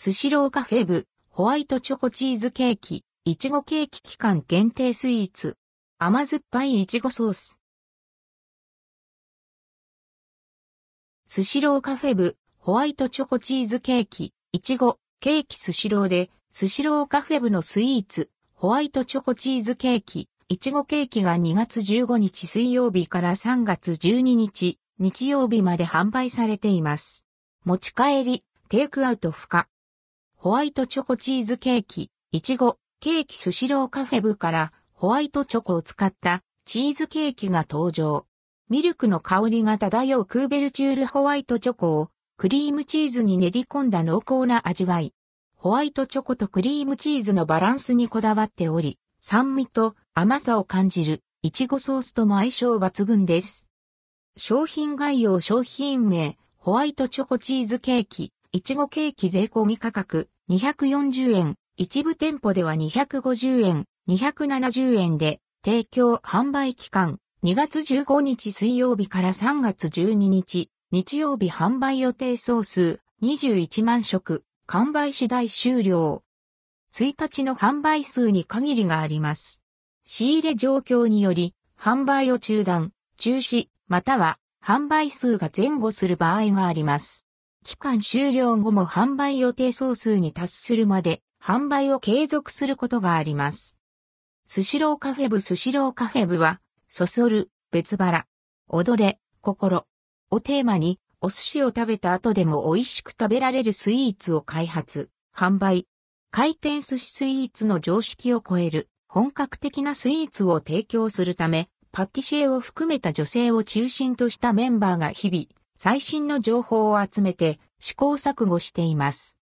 スシローカフェ部、ホワイトチョコチーズケーキ、いちごケーキ期間限定スイーツ。甘酸っぱいいちごソース。スシローカフェ部、ホワイトチョコチーズケーキ、いちご、ケーキスシローで、スシローカフェ部のスイーツ、ホワイトチョコチーズケーキ、いちごケーキが2月15日水曜日から3月12日、日曜日まで販売されています。持ち帰り、テイクアウト不可。ホワイトチョコチーズケーキ、いちご、ケーキスシローカフェ部からホワイトチョコを使ったチーズケーキが登場。ミルクの香りが漂うクーベルチュールホワイトチョコをクリームチーズに練り込んだ濃厚な味わい。ホワイトチョコとクリームチーズのバランスにこだわっており、酸味と甘さを感じるいちごソースとも相性抜群です。商品概要商品名、ホワイトチョコチーズケーキ、いちごケーキ税込み価格240円、一部店舗では250円、270円で提供販売期間2月15日水曜日から3月12日、日曜日販売予定総数21万食、完売次第終了。1日の販売数に限りがあります。仕入れ状況により販売を中断、中止、または販売数が前後する場合があります。期間終了後も販売予定総数に達するまで販売を継続することがあります。スシローカフェ部スシローカフェ部は、そそる、別腹、踊れ、心をテーマに、お寿司を食べた後でも美味しく食べられるスイーツを開発、販売。回転寿司スイーツの常識を超える本格的なスイーツを提供するため、パティシエを含めた女性を中心としたメンバーが日々、最新の情報を集めて試行錯誤しています。